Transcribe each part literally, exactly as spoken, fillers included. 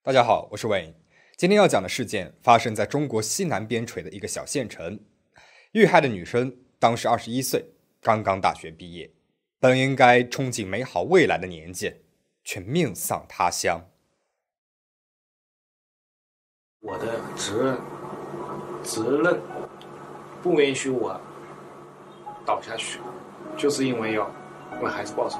大家好，我是 Wayne。今天要讲的事件发生在中国西南边陲的一个小县城。遇害的女生当时二十一岁，刚刚大学毕业，本应该憧憬美好未来的年纪，却命丧他乡。 我的责任责任不允许我倒下去，就是因为要为孩子报仇。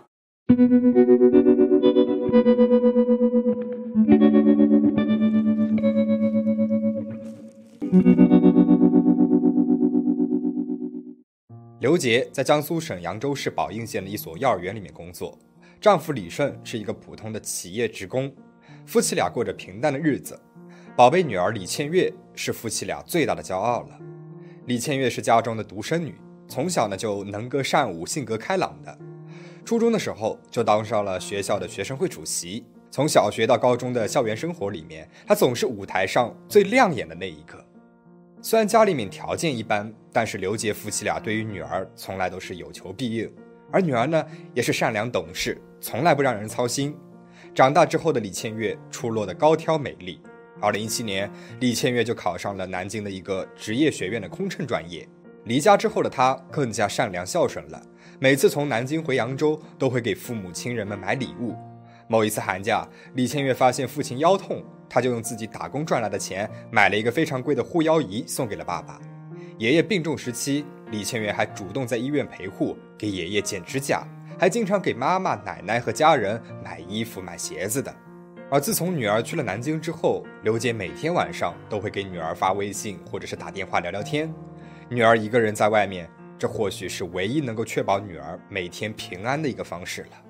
刘杰在江苏省扬州市宝应县的一所幼儿园里面工作，丈夫李胜是一个普通的企业职工，夫妻俩过着平淡的日子。宝贝女儿李倩月是夫妻俩最大的骄傲了。李倩月是家中的独生女，从小呢就能歌善舞，性格开朗的。初中的时候就当上了学校的学生会主席，从小学到高中的校园生活里面，她总是舞台上最亮眼的那一个。虽然家里面条件一般，但是刘杰夫妻俩对于女儿从来都是有求必应，而女儿呢也是善良懂事，从来不让人操心。长大之后的李倩月出落得高挑美丽。二零一七年，李倩月就考上了南京的一个职业学院的空乘专业。离家之后的她更加善良孝顺了，每次从南京回扬州都会给父母亲人们买礼物。某一次寒假，李倩月发现父亲腰痛，她就用自己打工赚来的钱买了一个非常贵的护腰仪送给了爸爸。爷爷病重时期，李倩月还主动在医院陪护，给爷爷剪指甲，还经常给妈妈、奶奶和家人买衣服买鞋子的。而自从女儿去了南京之后，刘杰每天晚上都会给女儿发微信或者是打电话聊聊天。女儿一个人在外面，这或许是唯一能够确保女儿每天平安的一个方式了。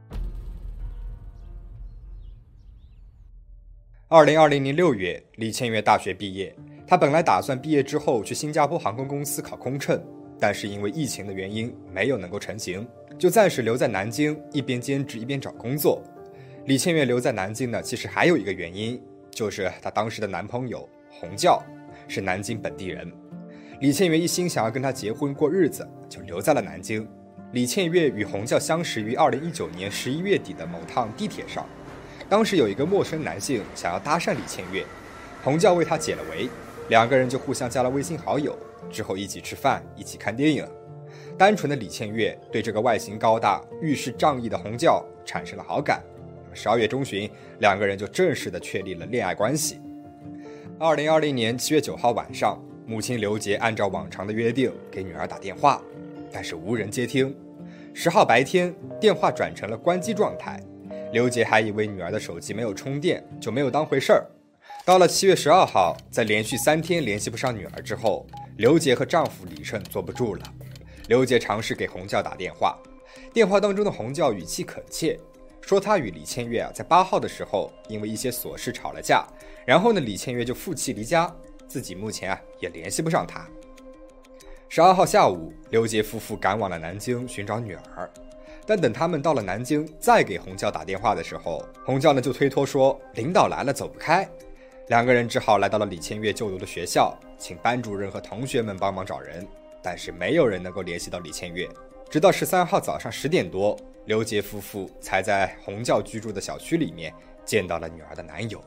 二零二零年六月，李倩月大学毕业，她本来打算毕业之后去新加坡航空公司考空乘，但是因为疫情的原因没有能够成行，就暂时留在南京，一边兼职一边找工作。李倩月留在南京呢，其实还有一个原因，就是她当时的男朋友洪教是南京本地人。李倩月一心想要跟他结婚过日子，就留在了南京。李倩月与洪教相识于二零一九年十一月底的某趟地铁上。当时有一个陌生男性想要搭讪李倩月，洪教为他解了围，两个人就互相加了微信好友，之后一起吃饭，一起看电影。单纯的李倩月对这个外形高大、遇事仗义的洪教产生了好感。十二月中旬，两个人就正式的确立了恋爱关系。二零二零年七月九号晚上，母亲刘杰按照往常的约定给女儿打电话，但是无人接听。十号白天，电话转成了关机状态。刘杰还以为女儿的手机没有充电，就没有当回事儿。到了七月十二号，在连续三天联系不上女儿之后，刘杰和丈夫李胜坐不住了。刘杰尝试给洪教打电话，电话当中的洪教语气恳切，说他与李倩月啊在八号的时候因为一些琐事吵了架，然后呢李倩月就负气离家，自己目前啊也联系不上他。十二号下午，刘杰夫妇赶往了南京寻找女儿。但等他们到了南京，再给洪教打电话的时候，洪教呢就推脱说领导来了走不开。两个人只好来到了李倩月就读的学校，请班主任和同学们帮忙找人，但是没有人能够联系到李倩月。直到十三号早上十点多，刘杰夫妇才在洪教居住的小区里面见到了女儿的男友。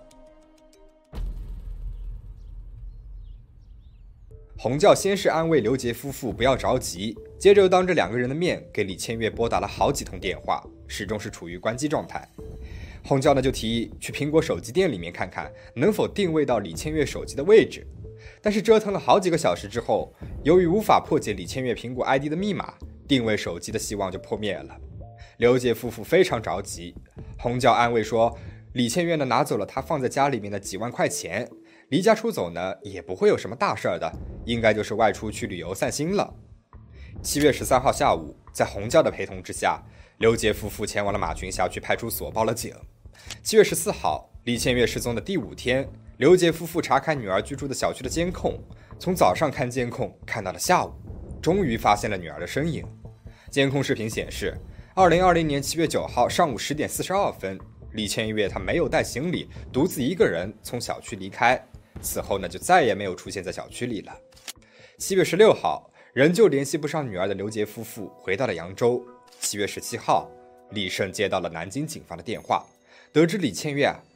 洪教先是安慰刘杰夫妇不要着急，接着又当着两个人的面给李倩月拨打了好几通电话，始终是处于关机状态。洪教呢就提议去苹果手机店里面看看能否定位到李倩月手机的位置，但是折腾了好几个小时之后，由于无法破解李倩月苹果 I D 的密码，定位手机的希望就破灭了。刘杰夫妇非常着急，洪教安慰说李倩月呢拿走了他放在家里面的几万块钱，离家出走呢也不会有什么大事的，应该就是外出去旅游散心了。七月十三号下午，在洪教的陪同之下，刘杰夫妇前往了马群辖区派出所报了警。七月十四号，李倩月失踪的第五天，刘杰夫妇查看女儿居住的小区的监控，从早上看监控看到了下午，终于发现了女儿的身影。监控视频显示，二零二零年七月九号上午十点四十二分，李倩月她没有带行李，独自一个人从小区离开，此后呢就再也没有出现在小区里了。七月十六号，仍旧联系不上女儿的刘杰夫妇回到了扬州。七月十七号，李胜接到了南京警方的电话，得知李倩月啊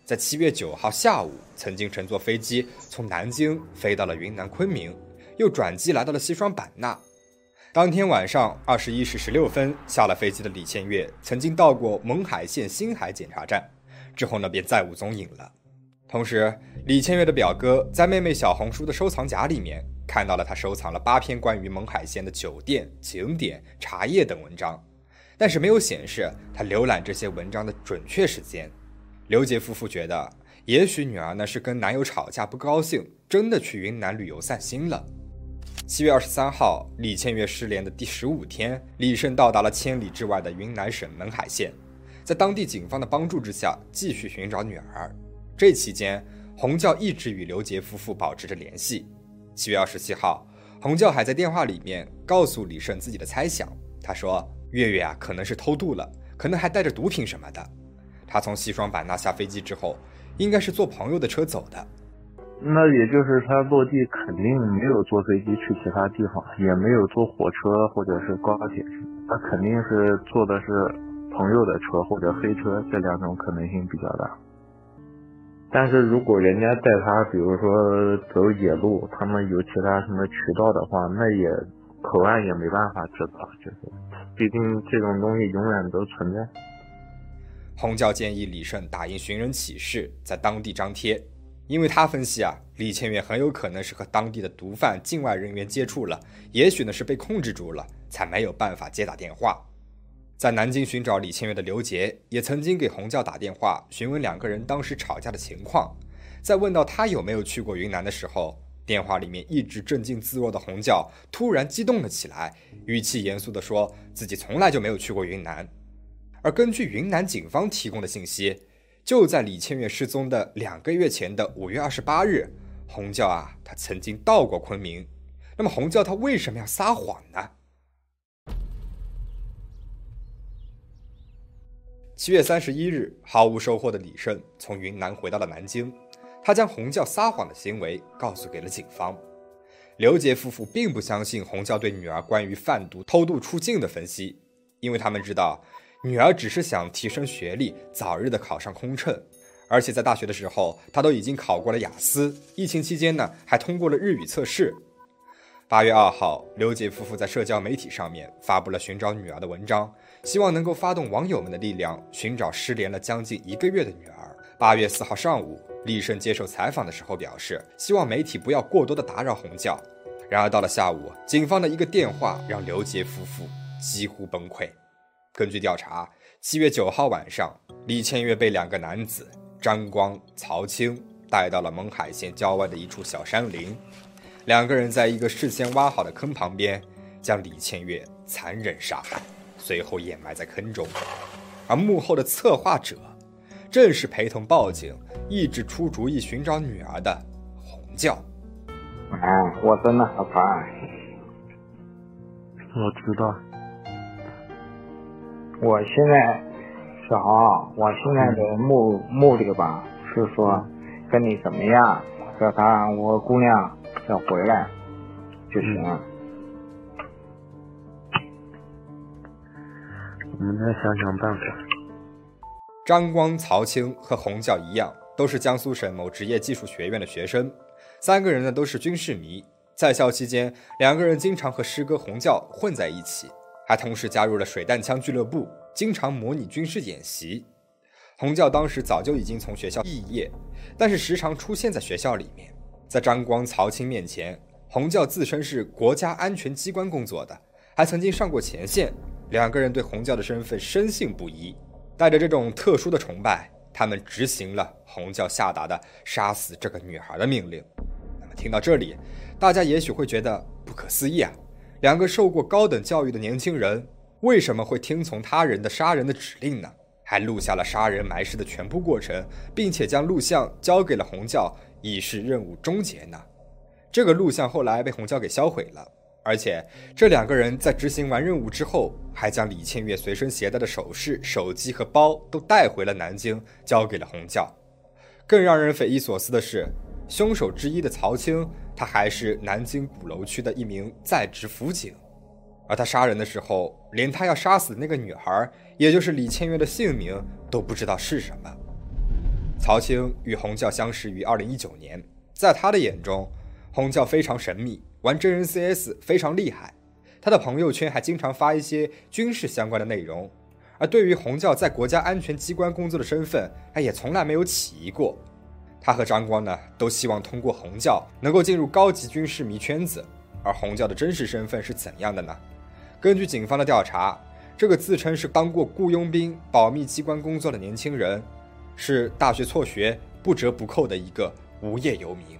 在七月九号下午曾经乘坐飞机从南京飞到了云南昆明，又转机来到了西双版纳。当天晚上二十一时十六分下了飞机的李千月曾经到过勐海县新海检查站，之后呢便再无踪影了。同时，李千月的表哥在妹妹小红书的收藏夹里面看到了她收藏了八篇关于勐海县的酒店、景点、茶叶等文章，但是没有显示她浏览这些文章的准确时间。刘杰夫妇觉得，也许女儿呢是跟男友吵架不高兴，真的去云南旅游散心了。七月二十三号，李千月失联的第十五天，李胜到达了千里之外的云南省勐海县，在当地警方的帮助之下，继续寻找女儿。这期间，洪教一直与刘杰夫妇保持着联系。七月二十七号，洪教还在电话里面告诉李胜自己的猜想，他说：“月月啊，可能是偷渡了，可能还带着毒品什么的。他从西双版纳下飞机之后，应该是坐朋友的车走的。” 那也就是他落地肯定没有坐飞机去其他地方，也没有坐火车或者是高铁，他肯定是坐的是朋友的车或者黑车，这两种可能性比较大。但是如果人家带他比如说走野路，他们有其他什么渠道的话，那也口岸也没办法知道，就是毕竟这种东西永远都存在。 洪教建议李胜打印寻人启事，在当地张贴，因为他分析啊，李千月很有可能是和当地的毒贩、境外人员接触了，也许呢是被控制住了，才没有办法接打电话。在南京寻找李千月的刘杰也曾经给洪教打电话询问两个人当时吵架的情况，在问到他有没有去过云南的时候，电话里面一直镇静自若的洪教突然激动了起来，语气严肃地说自己从来就没有去过云南。而根据云南警方提供的信息，就在李千月失踪的两个月前的五月二十八日，洪教啊，他曾经到过昆明。那么洪教他为什么要撒谎呢？七月三十一日，毫无收获的李胜从云南回到了南京，他将洪教撒谎的行为告诉给了警方。刘杰夫妇并不相信洪教对女儿关于贩毒、偷渡出境的分析，因为他们知道女儿只是想提升学历，早日的考上空乘，而且在大学的时候，她都已经考过了雅思，疫情期间呢，还通过了日语测试。八月二号，刘杰夫妇在社交媒体上面发布了寻找女儿的文章，希望能够发动网友们的力量，寻找失联了将近一个月的女儿。八月四号上午，李胜接受采访的时候表示，希望媒体不要过多的打扰洪教。然而到了下午，警方的一个电话让刘杰夫妇几乎崩溃。根据调查，七月九号晚上，李千月被两个男子张光、曹青带到了勐海县郊外的一处小山林。两个人在一个事先挖好的坑旁边，将李千月残忍杀害，随后掩埋在坑中。而幕后的策划者，正是陪同报警、一直出主意寻找女儿的洪教。 哎，我真的很烦。 我知道。 我现在，小豪，我现在的目目的吧，是说跟你怎么样，叫他我姑娘要回来就行了。 我们再想想办法。 张光、曹青和洪教一样，都是江苏省某职业技术学院的学生。三个人呢都是军事迷，在校期间，两个人经常和师哥洪教混在一起，还同时加入了水弹枪俱乐部，经常模拟军事演习。洪教当时早就已经从学校毕业，但是时常出现在学校里面。在张光、曹青面前，洪教自称是国家安全机关工作的，还曾经上过前线。两个人对洪教的身份深信不疑，带着这种特殊的崇拜，他们执行了洪教下达的杀死这个女孩的命令。那么听到这里，大家也许会觉得不可思议啊，两个受过高等教育的年轻人为什么会听从他人的杀人的指令呢？还录下了杀人埋尸的全部过程，并且将录像交给了洪教，以示任务终结呢？这个录像后来被洪教给销毁了，而且这两个人在执行完任务之后，还将李千月随身携带的首饰、手机和包都带回了南京，交给了洪教。更让人匪夷所思的是，凶手之一的曹青，他还是南京鼓楼区的一名在职辅警，而他杀人的时候，连他要杀死的那个女孩，也就是李千月的姓名都不知道是什么。 曹青与洪教相识于二零一九年，在他的眼中，洪教非常神秘，玩真人 C S 非常厉害。他的朋友圈还经常发一些军事相关的内容，而对于洪教在国家安全机关工作的身份，他也从来没有起疑过。他和张光呢，都希望通过洪教能够进入高级军事迷圈子。而洪教的真实身份是怎样的呢？根据警方的调查，这个自称是当过雇佣兵、保密机关工作的年轻人，是大学辍学、不折不扣的一个无业游民。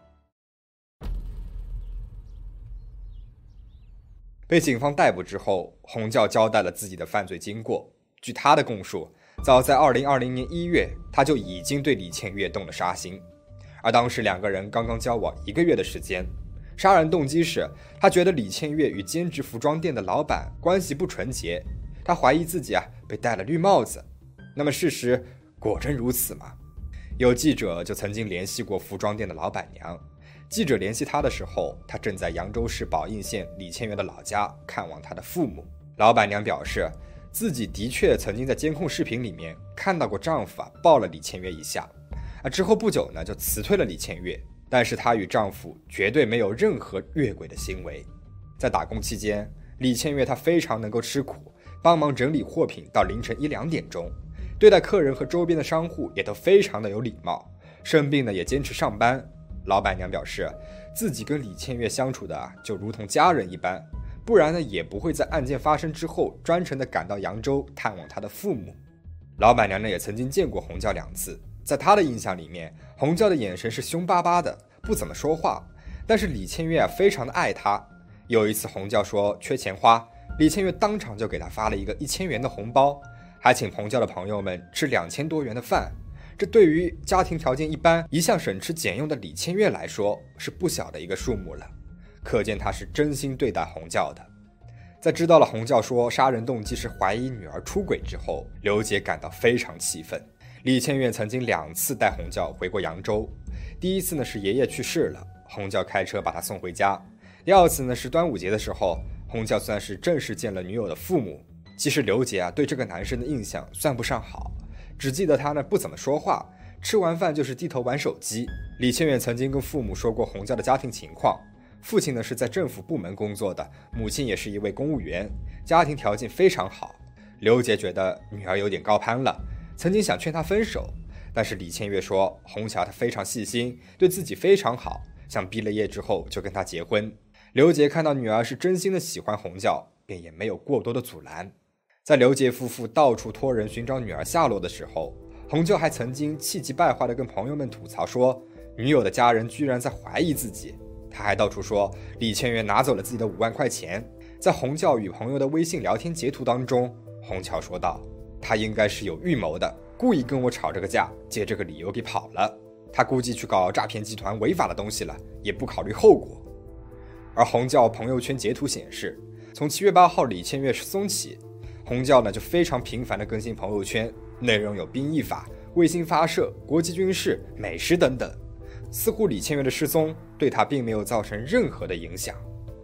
被警方逮捕之后，洪教交代了自己的犯罪经过。据他的供述，早在二零二零年一月，他就已经对李倩月动了杀心。而当时两个人刚刚交往一个月的时间，杀人动机是他觉得李倩月与兼职服装店的老板关系不纯洁，他怀疑自己啊被戴了绿帽子。那么事实果真如此吗？有记者就曾经联系过服装店的老板娘。记者联系他的时候，他正在扬州市宝应县李倩月的老家看望他的父母。老板娘表示，自己的确曾经在监控视频里面看到过丈夫啊抱了李倩月一下，啊之后不久呢就辞退了李倩月，但是她与丈夫绝对没有任何越轨的行为。在打工期间，李倩月她非常能够吃苦，帮忙整理货品到凌晨一两点钟，对待客人和周边的商户也都非常的有礼貌，生病呢也坚持上班。老板娘表示，自己跟李倩月相处的啊就如同家人一般，不然呢也不会在案件发生之后专程的赶到扬州探望她的父母。老板娘呢也曾经见过洪教两次，在她的印象里面，洪教的眼神是凶巴巴的，不怎么说话，但是李倩月啊非常的爱他。有一次洪教说缺钱花，李倩月当场就给他发了一个一千元的红包，还请洪教的朋友们吃两千多元的饭。这对于家庭条件一般、一向省吃俭用的李倩月来说是不小的一个数目了，可见她是真心对待洪教的。在知道了洪教说杀人动机是怀疑女儿出轨之后，刘杰感到非常气愤。李倩月曾经两次带洪教回过扬州，第一次呢是爷爷去世了，洪教开车把他送回家；第二次呢是端午节的时候，洪教算是正式见了女友的父母。其实刘杰啊对这个男生的印象算不上好，只记得他呢不怎么说话，吃完饭就是低头玩手机。李倩月曾经跟父母说过洪教的家庭情况，父亲呢是在政府部门工作的，母亲也是一位公务员，家庭条件非常好。刘杰觉得女儿有点高攀了，曾经想劝她分手，但是李倩月说洪乔她非常细心，对自己非常好，想毕了业之后就跟她结婚。刘杰看到女儿是真心的喜欢洪教，便也没有过多的阻拦。在刘杰夫妇到处托人寻找女儿下落的时候，洪教还曾经气急败坏地跟朋友们吐槽说，女友的家人居然在怀疑自己。他还到处说李倩月拿走了自己的五万块钱。在洪教与朋友的微信聊天截图当中，洪乔说道，他应该是有预谋的，故意跟我吵这个架，借这个理由给跑了。他估计去搞诈骗集团违法的东西了，也不考虑后果。而洪教朋友圈截图显示，从七月八号李倩月失踪起，洪教呢就非常频繁地更新朋友圈，内容有兵役法、卫星发射、国际军事、美食等等，似乎李倩月的失踪对他并没有造成任何的影响。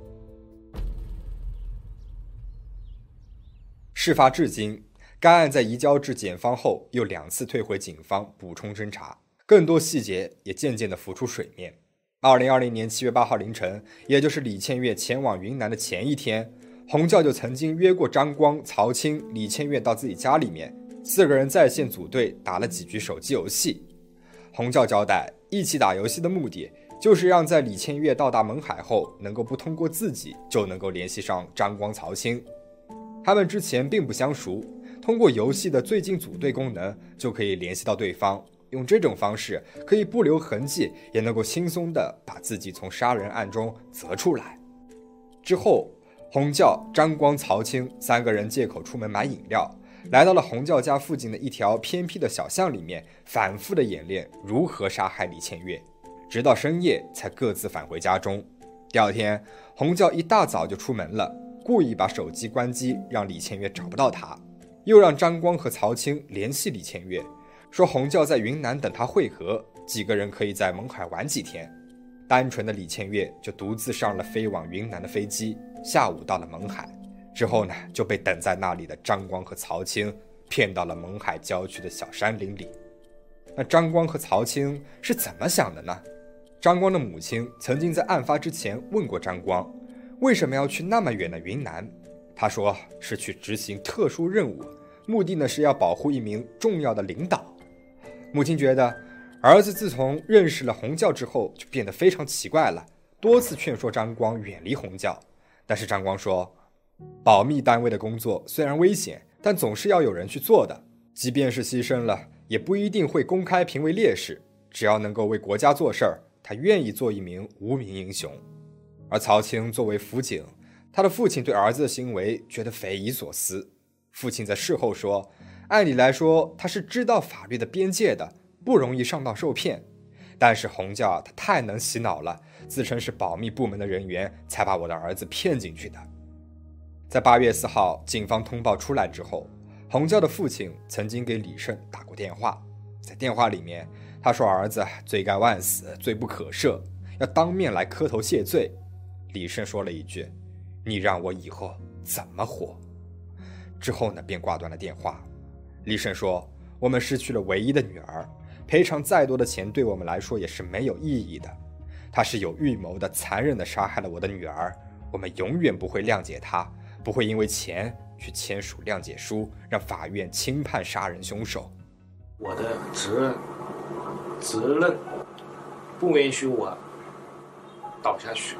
事发至今，该案在移交至检方后又两次退回警方补充侦查，更多细节也渐渐地浮出水面。二零二零年七月八号凌晨，也就是李倩月前往云南的前一天，洪教就曾经约过张光、曹青、李倩月到自己家里面，四个人在线组队打了几局手机游戏。洪教交代，一起打游戏的目的就是让在李倩月到达勐海后，能够不通过自己就能够联系上张光、曹青。他们之前并不相熟，通过游戏的最近组队功能就可以联系到对方，用这种方式可以不留痕迹，也能够轻松地把自己从杀人案中择出来。之后洪教、张光、曹青三个人借口出门买饮料，来到了洪教家附近的一条偏僻的小巷里面，反复的演练如何杀害李倩月，直到深夜才各自返回家中。第二天，洪教一大早就出门了，故意把手机关机，让李倩月找不到他，又让张光和曹青联系李倩月，说洪教在云南等他会合，几个人可以在勐海玩几天。单纯的李倩月就独自上了飞往云南的飞机，下午到了勐海，之后呢就被等在那里的张光和曹青骗到了勐海郊区的小山林里。 那张光和曹青是怎么想的呢？张光的母亲曾经在案发之前问过张光，为什么要去那么远的云南？他说是去执行特殊任务，目的呢是要保护一名重要的领导。母亲觉得儿子自从认识了红教之后就变得非常奇怪了，多次劝说张光远离红教。但是张光说，保密单位的工作虽然危险，但总是要有人去做的，即便是牺牲了也不一定会公开评为烈士，只要能够为国家做事儿，他愿意做一名无名英雄。而曹青作为辅警，他的父亲对儿子的行为觉得匪夷所思。父亲在事后说，按理来说他是知道法律的边界的，不容易上当受骗，但是红教他太能洗脑了，自称是保密部门的人员，才把我的儿子骗进去的。在八月四号警方通报出来之后，红教的父亲曾经给李胜打过电话，在电话里面他说儿子罪该万死，罪不可赦，要当面来磕头谢罪。李胜说了一句，你让我以后怎么活？之后呢便挂断了电话。李胜说，我们失去了唯一的女儿，赔偿再多的钱对我们来说也是没有意义的。他是有预谋的残忍地杀害了我的女儿，我们永远不会谅解他，不会因为钱去签署谅解书，让法院轻判杀人凶手。 我的责任责任不允许我倒下去，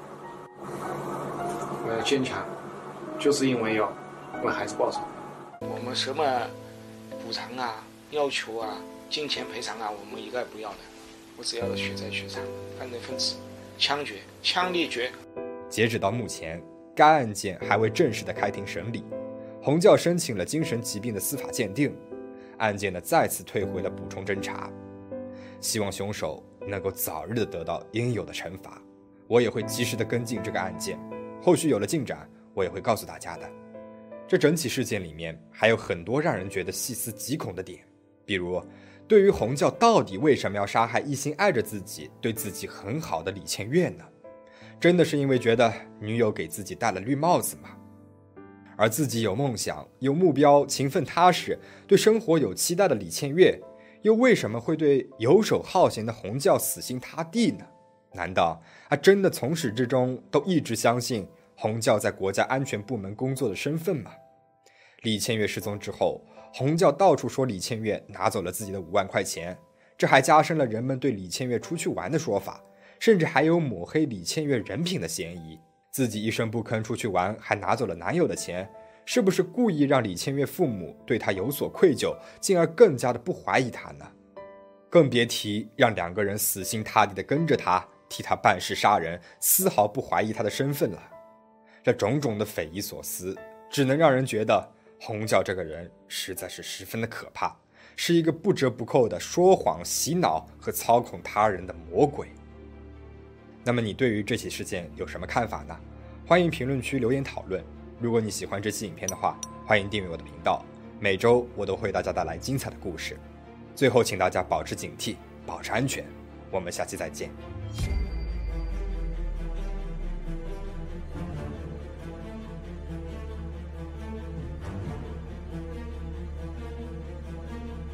我要坚强，就是因为要为孩子报仇。我们什么补偿啊、要求啊、金钱赔偿啊，我们一概不要的，我只要的血债血偿，犯罪分子枪决，枪毙决。 截止到目前，该案件还未正式的开庭审理，红教申请了精神疾病的司法鉴定，案件呢再次退回了补充侦查，希望凶手能够早日的得到应有的惩罚。我也会及时的跟进这个案件，后续有了进展，我也会告诉大家的。这整起事件里面还有很多让人觉得细思极恐的点，比如对于红教到底为什么要杀害一心爱着自己、对自己很好的李倩月呢？真的是因为觉得女友给自己戴了绿帽子吗？而自己有梦想、有目标、勤奋踏实、对生活有期待的李倩月，又为什么会对游手好闲的红教死心塌地呢？难道他真的从始至终都一直相信红教在国家安全部门工作的身份吗？李倩月失踪之后，红教到处说李倩月拿走了自己的五万块钱，这还加深了人们对李倩月出去玩的说法，甚至还有抹黑李倩月人品的嫌疑。自己一声不吭出去玩，还拿走了男友的钱，是不是故意让李倩月父母对她有所愧疚，进而更加的不怀疑她呢？更别提让两个人死心塌地的跟着她，替她办事杀人，丝毫不怀疑她的身份了。这种种的匪夷所思，只能让人觉得红教这个人实在是十分的可怕，是一个不折不扣的说谎、洗脑和操控他人的魔鬼。那么你对于这起事件有什么看法呢？欢迎评论区留言讨论。如果你喜欢这期影片的话，欢迎订阅我的频道，每周我都会为大家带来精彩的故事。最后请大家保持警惕，保持安全，我们下期再见。